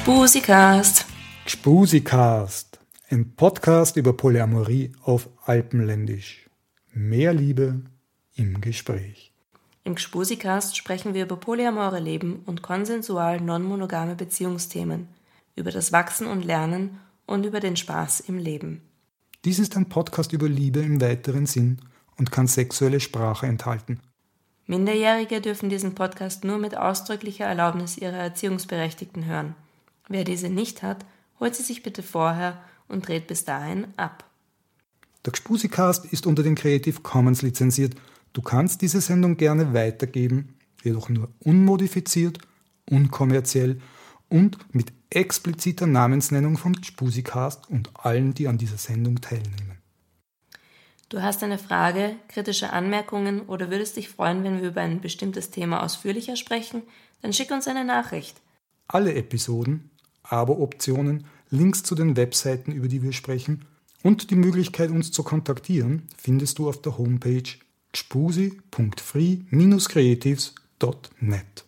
Gspusikast. Gspusikast, ein Podcast über Polyamorie auf Alpenländisch. Mehr Liebe im Gespräch. Im Gspusikast sprechen wir über polyamore Leben und konsensual non-monogame Beziehungsthemen, über das Wachsen und Lernen und über den Spaß im Leben. Dies ist ein Podcast über Liebe im weiteren Sinn und kann sexuelle Sprache enthalten. Minderjährige dürfen diesen Podcast nur mit ausdrücklicher Erlaubnis ihrer Erziehungsberechtigten hören. Wer diese nicht hat, holt sie sich bitte vorher und dreht bis dahin ab. Der Gspusikast ist unter den Creative Commons lizenziert. Du kannst diese Sendung gerne weitergeben, jedoch nur unmodifiziert, unkommerziell und mit expliziter Namensnennung von Gspusikast und allen, die an dieser Sendung teilnehmen. Du hast eine Frage, kritische Anmerkungen oder würdest dich freuen, wenn wir über ein bestimmtes Thema ausführlicher sprechen? Dann schick uns eine Nachricht. Alle Episoden, Abo-Optionen, Links zu den Webseiten, über die wir sprechen und die Möglichkeit, uns zu kontaktieren, findest du auf der Homepage gspusi.free-creatives.net.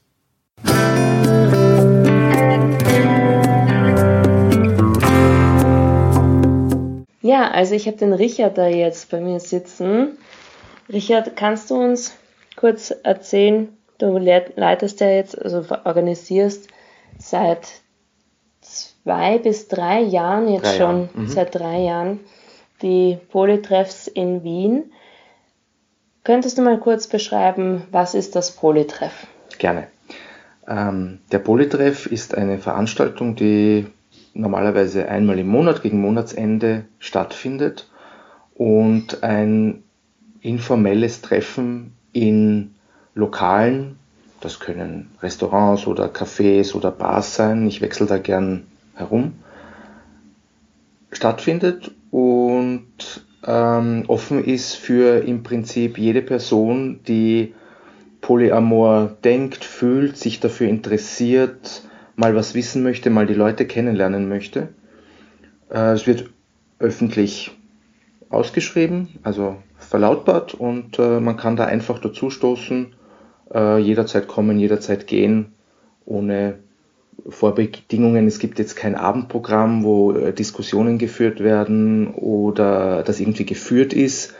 Ja, also ich habe den Richard da jetzt bei mir sitzen. Richard, kannst du uns kurz erzählen, du leitest ja jetzt, also organisierst seit 2 bis 3 Jahren jetzt schon, seit 3 Jahren, die Polytreffs in Wien. Könntest du mal kurz beschreiben, was ist das Polytreff? Gerne. Der Polytreff ist eine Veranstaltung, die normalerweise einmal im Monat gegen Monatsende stattfindet und ein informelles Treffen in Lokalen, das können Restaurants oder Cafés oder Bars sein, ich wechsle da gern herum, stattfindet und offen ist für im Prinzip jede Person, die Polyamor denkt, fühlt, sich dafür interessiert, mal was wissen möchte, mal die Leute kennenlernen möchte. Es wird öffentlich ausgeschrieben, also verlautbart und man kann da einfach dazustoßen, jederzeit kommen, jederzeit gehen, ohne Vorbedingungen. Es gibt jetzt kein Abendprogramm, wo Diskussionen geführt werden oder das irgendwie geführt ist.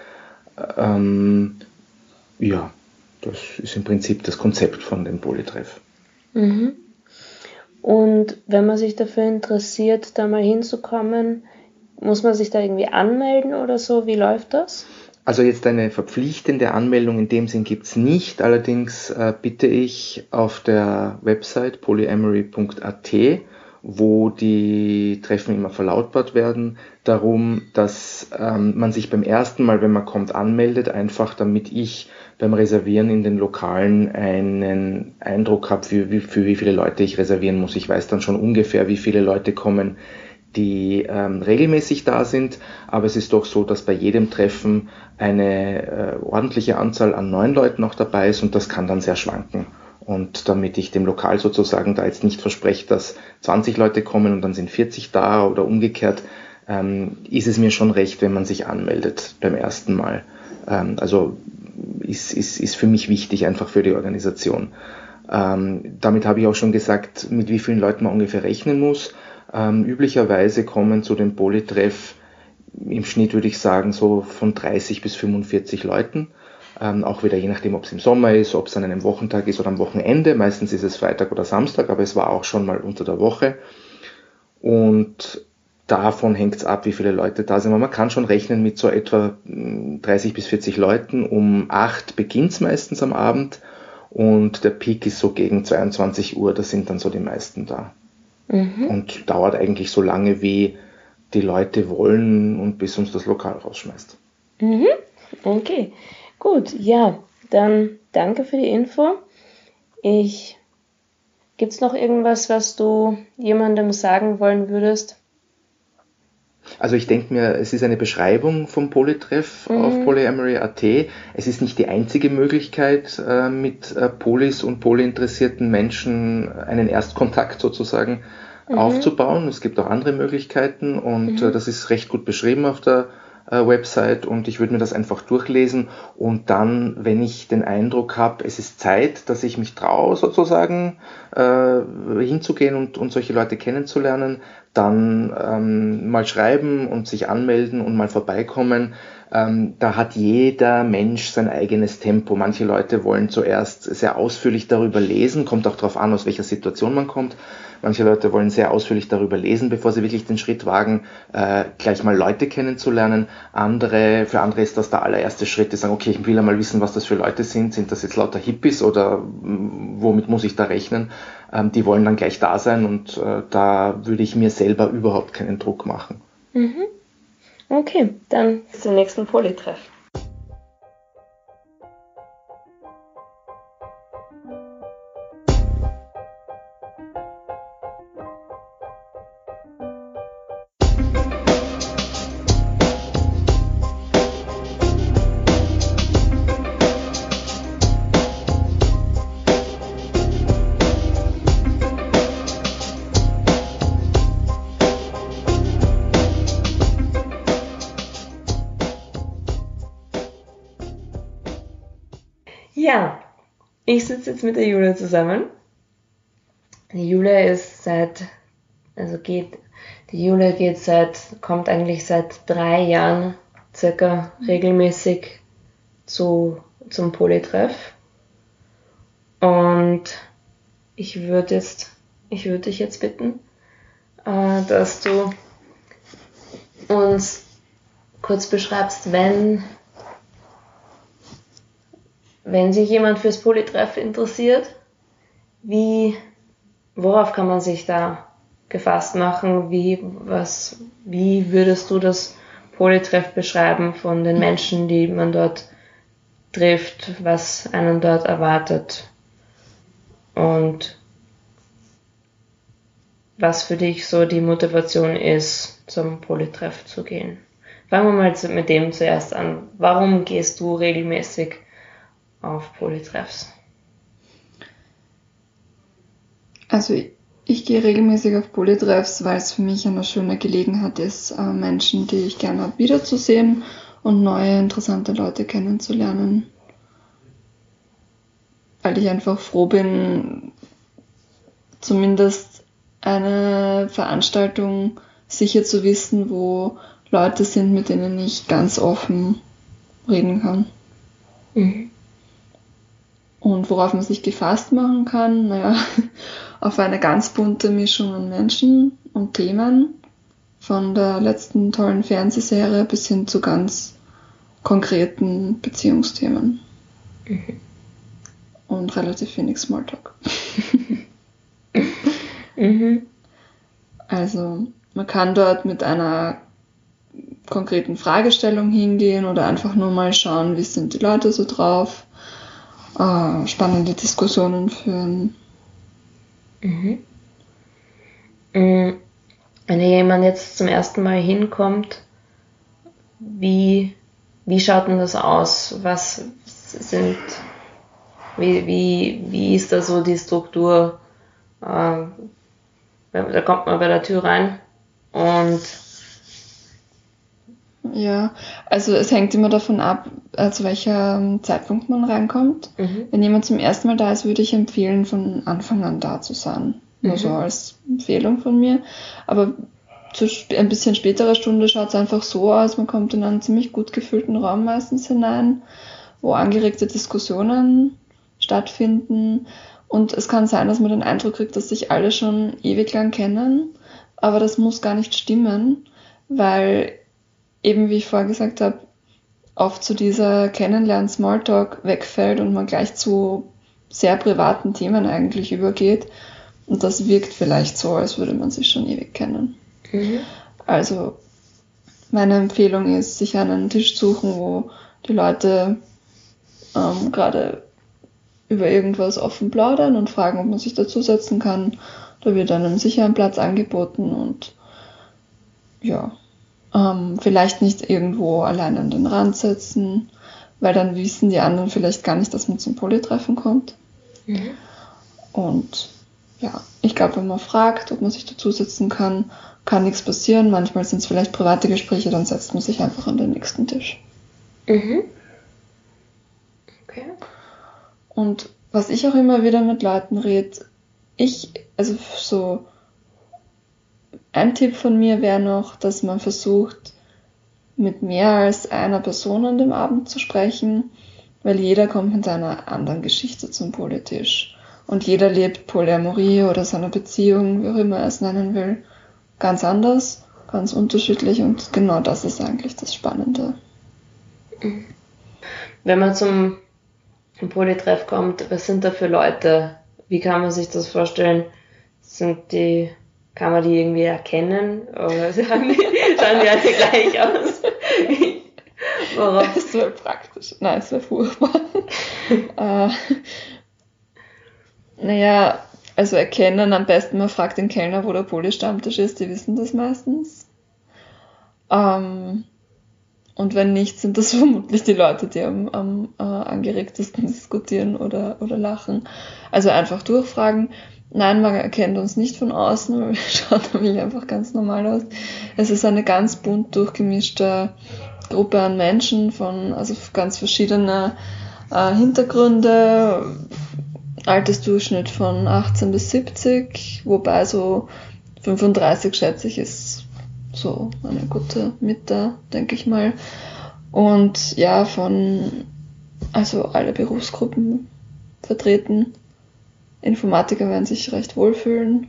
Ja, das ist im Prinzip das Konzept von dem Polytreff. Mhm. Und wenn man sich dafür interessiert, da mal hinzukommen, muss man sich da irgendwie anmelden oder so? Wie läuft das? Also jetzt eine verpflichtende Anmeldung in dem Sinn gibt's nicht. Allerdings bitte ich auf der Website polyamory.at, wo die Treffen immer verlautbart werden, darum, dass man sich beim ersten Mal, wenn man kommt, anmeldet, einfach damit ich beim Reservieren in den Lokalen einen Eindruck habe, für wie viele Leute ich reservieren muss. Ich weiß dann schon ungefähr, wie viele Leute kommen, die regelmäßig da sind, aber es ist doch so, dass bei jedem Treffen eine ordentliche Anzahl an neuen Leuten noch dabei ist und das kann dann sehr schwanken. Und damit ich dem Lokal sozusagen da jetzt nicht verspreche, dass 20 Leute kommen und dann sind 40 da oder umgekehrt, ist es mir schon recht, wenn man sich anmeldet beim ersten Mal. Also ist für mich wichtig, einfach für die Organisation. Damit habe ich auch schon gesagt, mit wie vielen Leuten man ungefähr rechnen muss. Üblicherweise kommen zu dem Polytreff im Schnitt, würde ich sagen, so von 30 bis 45 Leuten. Auch wieder je nachdem, ob es im Sommer ist, ob es an einem Wochentag ist oder am Wochenende. Meistens ist es Freitag oder Samstag, aber es war auch schon mal unter der Woche. Und davon hängt es ab, wie viele Leute da sind. Aber man kann schon rechnen mit so etwa 30 bis 40 Leuten. Um 8 beginnt es meistens am Abend und der Peak ist so gegen 22 Uhr, da sind dann so die meisten da. Mhm. Und dauert eigentlich so lange, wie die Leute wollen und bis uns das Lokal rausschmeißt. Mhm. Okay, gut. Ja, dann danke für die Info. Gibt's noch irgendwas, was du jemandem sagen wollen würdest? Also ich denke mir, es ist eine Beschreibung vom Polytreff auf polyamory.at. Es ist nicht die einzige Möglichkeit, mit Polys und polyinteressierten Menschen einen Erstkontakt sozusagen aufzubauen. Es gibt auch andere Möglichkeiten und das ist recht gut beschrieben auf der Website und ich würde mir das einfach durchlesen und dann, wenn ich den Eindruck habe, es ist Zeit, dass ich mich traue, sozusagen hinzugehen und solche Leute kennenzulernen, dann mal schreiben und sich anmelden und mal vorbeikommen. Da hat jeder Mensch sein eigenes Tempo. Manche Leute wollen zuerst sehr ausführlich darüber lesen, kommt auch darauf an, aus welcher Situation man kommt. Manche Leute wollen sehr ausführlich darüber lesen, bevor sie wirklich den Schritt wagen, gleich mal Leute kennenzulernen. Für andere ist das der allererste Schritt, die sagen, okay, ich will einmal wissen, was das für Leute sind. Sind das jetzt lauter Hippies oder womit muss ich da rechnen? Die wollen dann gleich da sein und da würde ich mir selber überhaupt keinen Druck machen. Mhm. Okay, dann zum nächsten Polytreff. Ja, ich sitze jetzt mit der Julia zusammen. Die Julia kommt eigentlich seit 3 Jahren circa regelmäßig zum Polytreff. Und ich würde dich jetzt bitten, dass du uns kurz beschreibst, wenn sich jemand fürs Polytreff interessiert, worauf kann man sich da gefasst machen? Wie würdest du das Polytreff beschreiben von den Menschen, die man dort trifft, was einen dort erwartet und was für dich so die Motivation ist, zum Polytreff zu gehen? Fangen wir mal mit dem zuerst an. Warum gehst du regelmäßig auf Polytreffs? Also ich gehe regelmäßig auf Polytreffs, weil es für mich eine schöne Gelegenheit ist, Menschen, die ich gerne habe, wiederzusehen und neue, interessante Leute kennenzulernen. Weil ich einfach froh bin, zumindest eine Veranstaltung sicher zu wissen, wo Leute sind, mit denen ich ganz offen reden kann. Mhm. Und worauf man sich gefasst machen kann, auf eine ganz bunte Mischung an Menschen und Themen, von der letzten tollen Fernsehserie bis hin zu ganz konkreten Beziehungsthemen. Mhm. Und relativ wenig Smalltalk. Mhm. Also man kann dort mit einer konkreten Fragestellung hingehen oder einfach nur mal schauen, wie sind die Leute so drauf, spannende Diskussionen führen. Mhm. Wenn jemand jetzt zum ersten Mal hinkommt, wie schaut denn das aus? Wie ist da so die Struktur? Da kommt man bei der Tür rein und ja, also es hängt immer davon ab, zu welchem Zeitpunkt man reinkommt. Mhm. Wenn jemand zum ersten Mal da ist, würde ich empfehlen, von Anfang an da zu sein. Nur so als Empfehlung von mir. Aber zu ein bisschen späterer Stunde schaut es einfach so aus, man kommt in einen ziemlich gut gefüllten Raum meistens hinein, wo angeregte Diskussionen stattfinden. Und es kann sein, dass man den Eindruck kriegt, dass sich alle schon ewig lang kennen. Aber das muss gar nicht stimmen, weil eben, wie ich vorher gesagt habe, oft zu dieser Kennenlernen-Smalltalk wegfällt und man gleich zu sehr privaten Themen eigentlich übergeht. Und das wirkt vielleicht so, als würde man sich schon ewig kennen. Mhm. Also meine Empfehlung ist, sich einen Tisch suchen, wo die Leute gerade über irgendwas offen plaudern und fragen, ob man sich dazusetzen kann. Da wird einem sicher ein Platz angeboten und ja, vielleicht nicht irgendwo allein an den Rand setzen, weil dann wissen die anderen vielleicht gar nicht, dass man zum Polytreffen kommt. Mhm. Und ja, ich glaube, wenn man fragt, ob man sich dazusetzen kann, kann nichts passieren. Manchmal sind es vielleicht private Gespräche, dann setzt man sich einfach an den nächsten Tisch. Mhm. Okay. Und was ich auch immer wieder mit Leuten rede, also so ein Tipp von mir wäre noch, dass man versucht, mit mehr als einer Person an dem Abend zu sprechen, weil jeder kommt mit seiner anderen Geschichte zum Polytisch. Und jeder lebt Polyamorie oder seine Beziehung, wie auch immer er es nennen will, ganz anders, ganz unterschiedlich, und genau das ist eigentlich das Spannende. Wenn man zum Polytreff kommt, was sind da für Leute? Wie kann man sich das vorstellen? Kann man die irgendwie erkennen? Oder schauen die alle gleich aus? Das wäre praktisch. Nein, es wäre furchtbar. Naja, also erkennen am besten, man fragt den Kellner, wo der Poly-Stammtisch ist, die wissen das meistens. Und wenn nicht, sind das vermutlich die Leute, die am angeregtesten diskutieren oder lachen. Also einfach durchfragen. Nein, man erkennt uns nicht von außen, weil wir schauen nämlich einfach ganz normal aus. Es ist eine ganz bunt durchgemischte Gruppe an Menschen also ganz verschiedene Hintergründe, Altersdurchschnitt von 18 bis 70, wobei so 35, schätze ich, ist so eine gute Mitte, denke ich mal. Und ja, also alle Berufsgruppen vertreten. Informatiker werden sich recht wohlfühlen.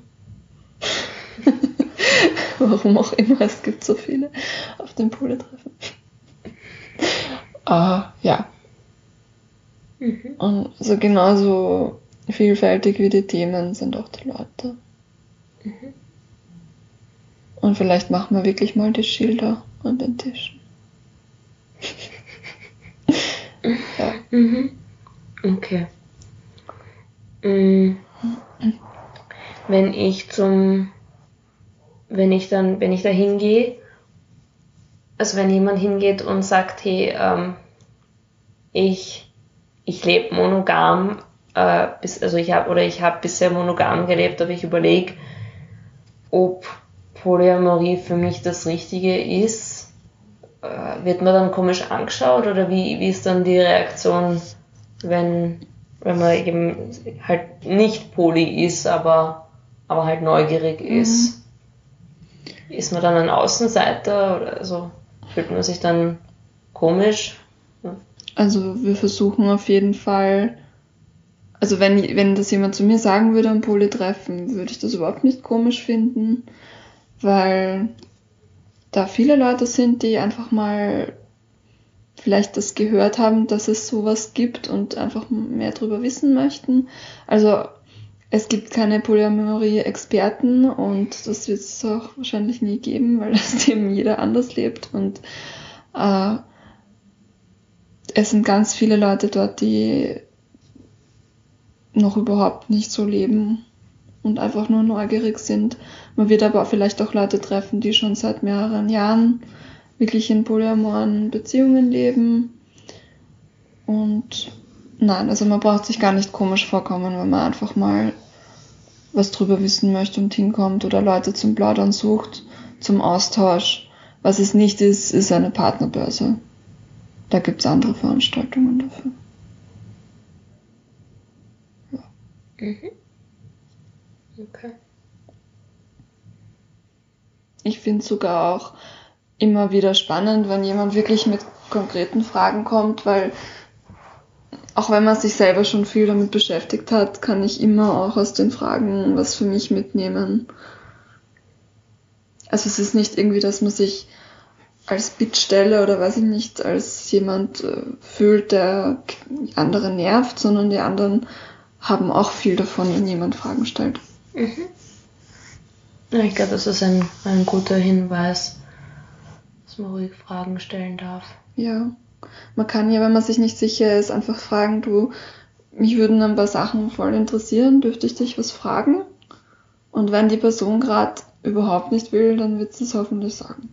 Warum auch immer, es gibt so viele auf dem Polytreffen. Ja. Mhm. Und so genauso vielfältig wie die Themen sind auch die Leute. Mhm. Und vielleicht machen wir wirklich mal die Schilder an den Tischen. Ja. Mhm. Okay. Wenn ich da hingehe, also wenn jemand hingeht und sagt, hey, ich lebe monogam, ich habe bisher monogam gelebt, aber ich überlege, ob Polyamorie für mich das Richtige ist, wird man dann komisch angeschaut, oder wie ist dann die Reaktion, wenn man eben halt nicht poly ist, aber halt neugierig ist? Ist man dann ein Außenseiter oder so? Fühlt man sich dann komisch? Ja. Also wir versuchen auf jeden Fall, also wenn das jemand zu mir sagen würde am Polytreffen, würde ich das überhaupt nicht komisch finden, weil da viele Leute sind, die einfach mal vielleicht das gehört haben, dass es sowas gibt und einfach mehr darüber wissen möchten. Also es gibt keine Polyamorie-Experten und das wird es auch wahrscheinlich nie geben, weil das eben jeder anders lebt, und es sind ganz viele Leute dort, die noch überhaupt nicht so leben und einfach nur neugierig sind. Man wird aber vielleicht auch Leute treffen, die schon seit mehreren Jahren wirklich in polyamoren Beziehungen leben. Und nein, also man braucht sich gar nicht komisch vorkommen, wenn man einfach mal was drüber wissen möchte und hinkommt oder Leute zum Plaudern sucht, zum Austausch. Was es nicht ist, ist eine Partnerbörse. Da gibt es andere Veranstaltungen dafür. Ja. Mhm. Okay. Ich finde es sogar auch immer wieder spannend, wenn jemand wirklich mit konkreten Fragen kommt, weil auch wenn man sich selber schon viel damit beschäftigt hat, kann ich immer auch aus den Fragen was für mich mitnehmen. Also es ist nicht irgendwie, dass man sich als Bittsteller oder weiß ich nicht, als jemand fühlt, der andere nervt, sondern die anderen haben auch viel davon, wenn jemand Fragen stellt. Mhm. Ja, ich glaube, das ist ein guter Hinweis, dass man ruhig Fragen stellen darf. Ja, man kann ja, wenn man sich nicht sicher ist, einfach fragen, du, mich würden ein paar Sachen voll interessieren, dürfte ich dich was fragen? Und wenn die Person gerade überhaupt nicht will, dann wird sie es hoffentlich sagen.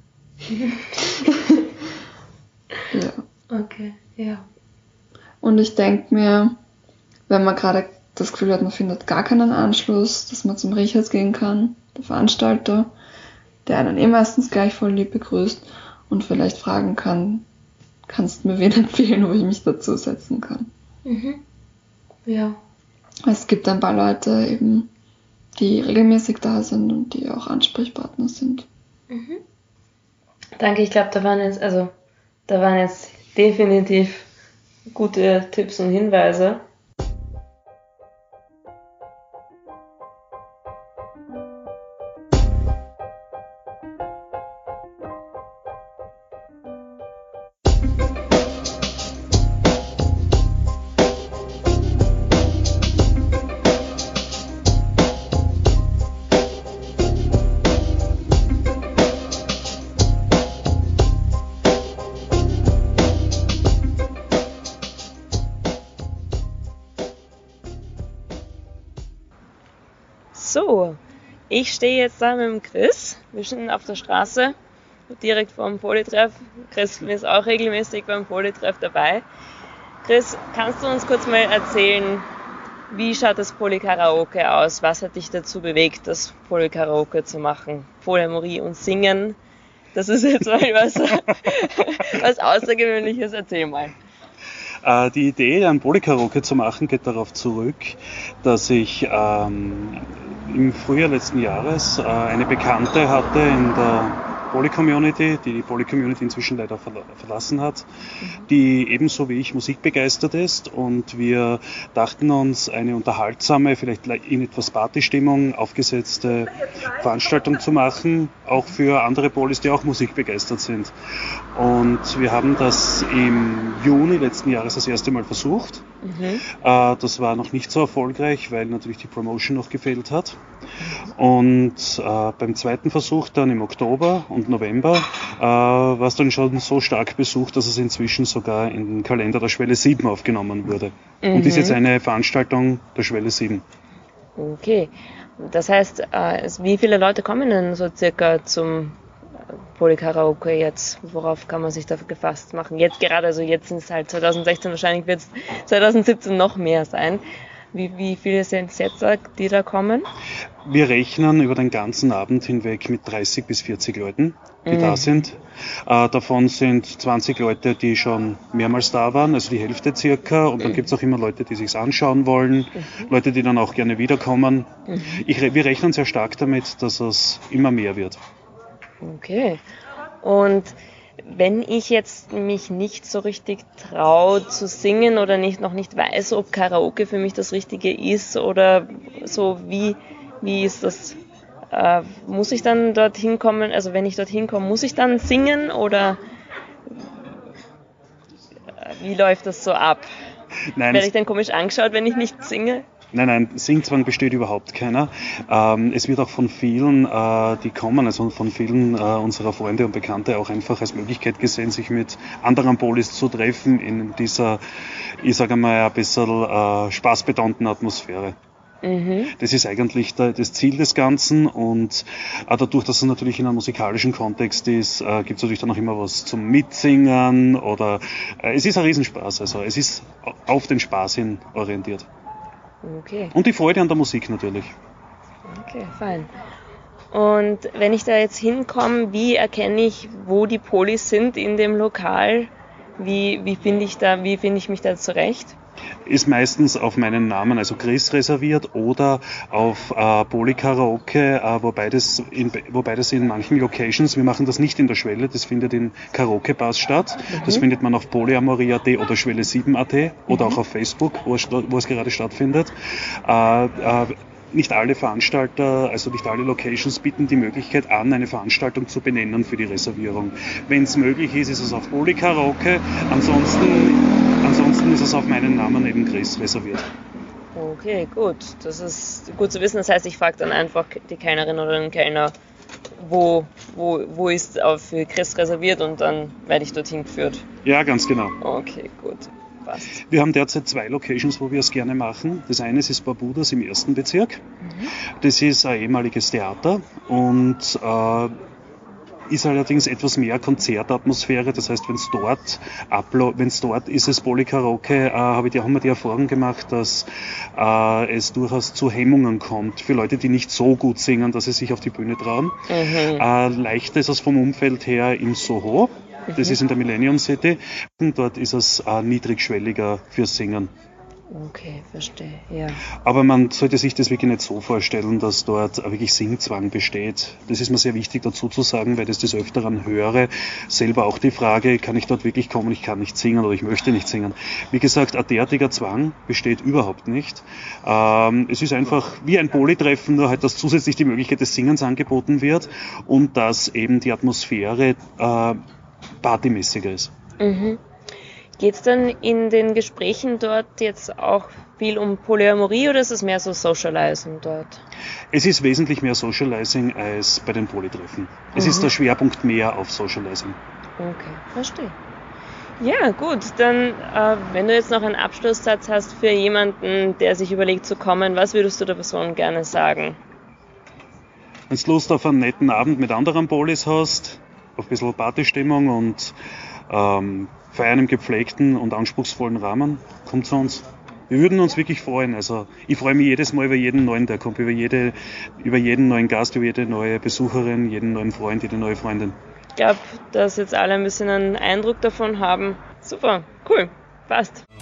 Ja. Okay, ja. Und ich denke mir, wenn man gerade das Gefühl hat, man findet gar keinen Anschluss, dass man zum Richard gehen kann, der Veranstalter, der einen meistens gleich voll lieb begrüßt und vielleicht fragen kann, kannst du mir wen empfehlen, wo ich mich dazu setzen kann. Ja. Es gibt ein paar Leute eben, die regelmäßig da sind und die auch Ansprechpartner sind. Danke, ich glaube, da waren jetzt definitiv gute Tipps und Hinweise. So, ich stehe jetzt da mit dem Chris. Wir sind auf der Straße, direkt vor dem Polytreff. Chris ist auch regelmäßig beim Polytreff dabei. Chris, kannst du uns kurz mal erzählen, wie schaut das Polykaraoke aus? Was hat dich dazu bewegt, das Polykaraoke zu machen? Polyamorie und Singen, das ist jetzt mal was Außergewöhnliches. Erzähl mal. Die Idee, ein Polykaraoke zu machen, geht darauf zurück, dass ich im Frühjahr letzten Jahres eine Bekannte hatte in der Poly-Community, die Poly-Community inzwischen leider verlassen hat, die ebenso wie ich musikbegeistert ist, und wir dachten uns, eine unterhaltsame, vielleicht in etwas Partystimmung aufgesetzte Veranstaltung zu machen, auch für andere Polys, die auch musikbegeistert sind. Und wir haben das im Juni letzten Jahres das erste Mal versucht. Das war noch nicht so erfolgreich, weil natürlich die Promotion noch gefehlt hat. Und beim zweiten Versuch dann im Oktober und November war es dann schon so stark besucht, dass es inzwischen sogar in den Kalender der Schwelle 7 aufgenommen wurde. Und ist jetzt eine Veranstaltung der Schwelle 7. Okay, das heißt, wie viele Leute kommen denn so circa zum Polykaraoke jetzt? Worauf kann man sich da gefasst machen? Jetzt gerade, also jetzt sind es halt 2016, wahrscheinlich wird es 2017 noch mehr sein. Wie viele sind es jetzt, die da kommen? Wir rechnen über den ganzen Abend hinweg mit 30 bis 40 Leuten, die da sind. Davon sind 20 Leute, die schon mehrmals da waren, also die Hälfte circa. Und dann gibt es auch immer Leute, die sich's anschauen wollen, Leute, die dann auch gerne wiederkommen. Wir rechnen sehr stark damit, dass es immer mehr wird. Okay. Und wenn ich jetzt mich nicht so richtig traue zu singen oder noch nicht weiß, ob Karaoke für mich das Richtige ist oder so, wie ist das? Muss ich dann dorthin kommen? Also wenn ich dorthin komme, muss ich dann singen oder wie läuft das so ab? Nein, werde ich dann komisch angeschaut, wenn ich nicht singe? Nein, Singzwang besteht überhaupt keiner. Es wird auch von vielen, die kommen, also von vielen unserer Freunde und Bekannte auch einfach als Möglichkeit gesehen, sich mit anderen Polys zu treffen in dieser, ich sage mal, ein bisschen spaßbetonten Atmosphäre. Das ist eigentlich das Ziel des Ganzen, und dadurch, dass es natürlich in einem musikalischen Kontext ist, gibt es natürlich dann auch immer was zum Mitsingen oder es ist ein Riesenspaß, also es ist auf den Spaß hin orientiert. Okay. Und die Freude an der Musik natürlich. Okay, fein. Und wenn ich da jetzt hinkomme, wie erkenne ich, wo die Polys sind in dem Lokal? Wie finde ich mich da zurecht? Ist meistens auf meinen Namen, also Chris, reserviert oder auf Polykaraoke, wobei das in manchen Locations, wir machen das nicht in der Schwelle, das findet in Karaoke-Bars statt. Das findet man auf polyamorie.at oder Schwelle 7.at oder auch auf Facebook, wo es gerade stattfindet. Nicht alle Veranstalter, also nicht alle Locations bieten die Möglichkeit an, eine Veranstaltung zu benennen für die Reservierung. Wenn es möglich ist, ist es auf Polykaraoke, ansonsten ist es auf meinen Namen eben Chris reserviert. Okay, gut. Das ist gut zu wissen. Das heißt, ich frage dann einfach die Kellnerin oder den Kellner, wo ist für Chris reserviert, und dann werde ich dorthin geführt. Ja, ganz genau. Okay, gut. Passt. Wir haben derzeit 2 Locations, wo wir es gerne machen. Das eine ist Barbudas im 1. Bezirk. Das ist ein ehemaliges Theater und ist allerdings etwas mehr Konzertatmosphäre. Das heißt, wenn es dort ist, es Polykaraoke, haben wir die Erfahrung gemacht, dass es durchaus zu Hemmungen kommt für Leute, die nicht so gut singen, dass sie sich auf die Bühne trauen. Leichter ist es vom Umfeld her im Soho. Das ist in der Millennium City. Und dort ist es niedrigschwelliger fürs Singen. Okay, verstehe, ja. Aber man sollte sich das wirklich nicht so vorstellen, dass dort wirklich Singzwang besteht. Das ist mir sehr wichtig dazu zu sagen, weil ich das des Öfteren höre. Selber auch die Frage, kann ich dort wirklich kommen? Ich kann nicht singen oder ich möchte nicht singen. Wie gesagt, ein derartiger Zwang besteht überhaupt nicht. Es ist einfach wie ein Polytreffen, nur halt, dass zusätzlich die Möglichkeit des Singens angeboten wird und dass eben die Atmosphäre partymäßiger ist. Geht es dann in den Gesprächen dort jetzt auch viel um Polyamorie oder ist es mehr so Socializing dort? Es ist wesentlich mehr Socializing als bei den Polytreffen. Es ist der Schwerpunkt mehr auf Socializing. Okay, verstehe. Ja, gut, dann wenn du jetzt noch einen Abschlusssatz hast für jemanden, der sich überlegt zu kommen, was würdest du der Person gerne sagen? Wenn du Lust auf einen netten Abend mit anderen Polys hast, auf ein bisschen Partystimmung und feiern im gepflegten und anspruchsvollen Rahmen, kommt zu uns. Wir würden uns wirklich freuen. Also ich freue mich jedes Mal über jeden neuen, der kommt, über jeden neuen Gast, über jede neue Besucherin, jeden neuen Freund, jede neue Freundin. Ich glaube, dass jetzt alle ein bisschen einen Eindruck davon haben. Super, cool, passt.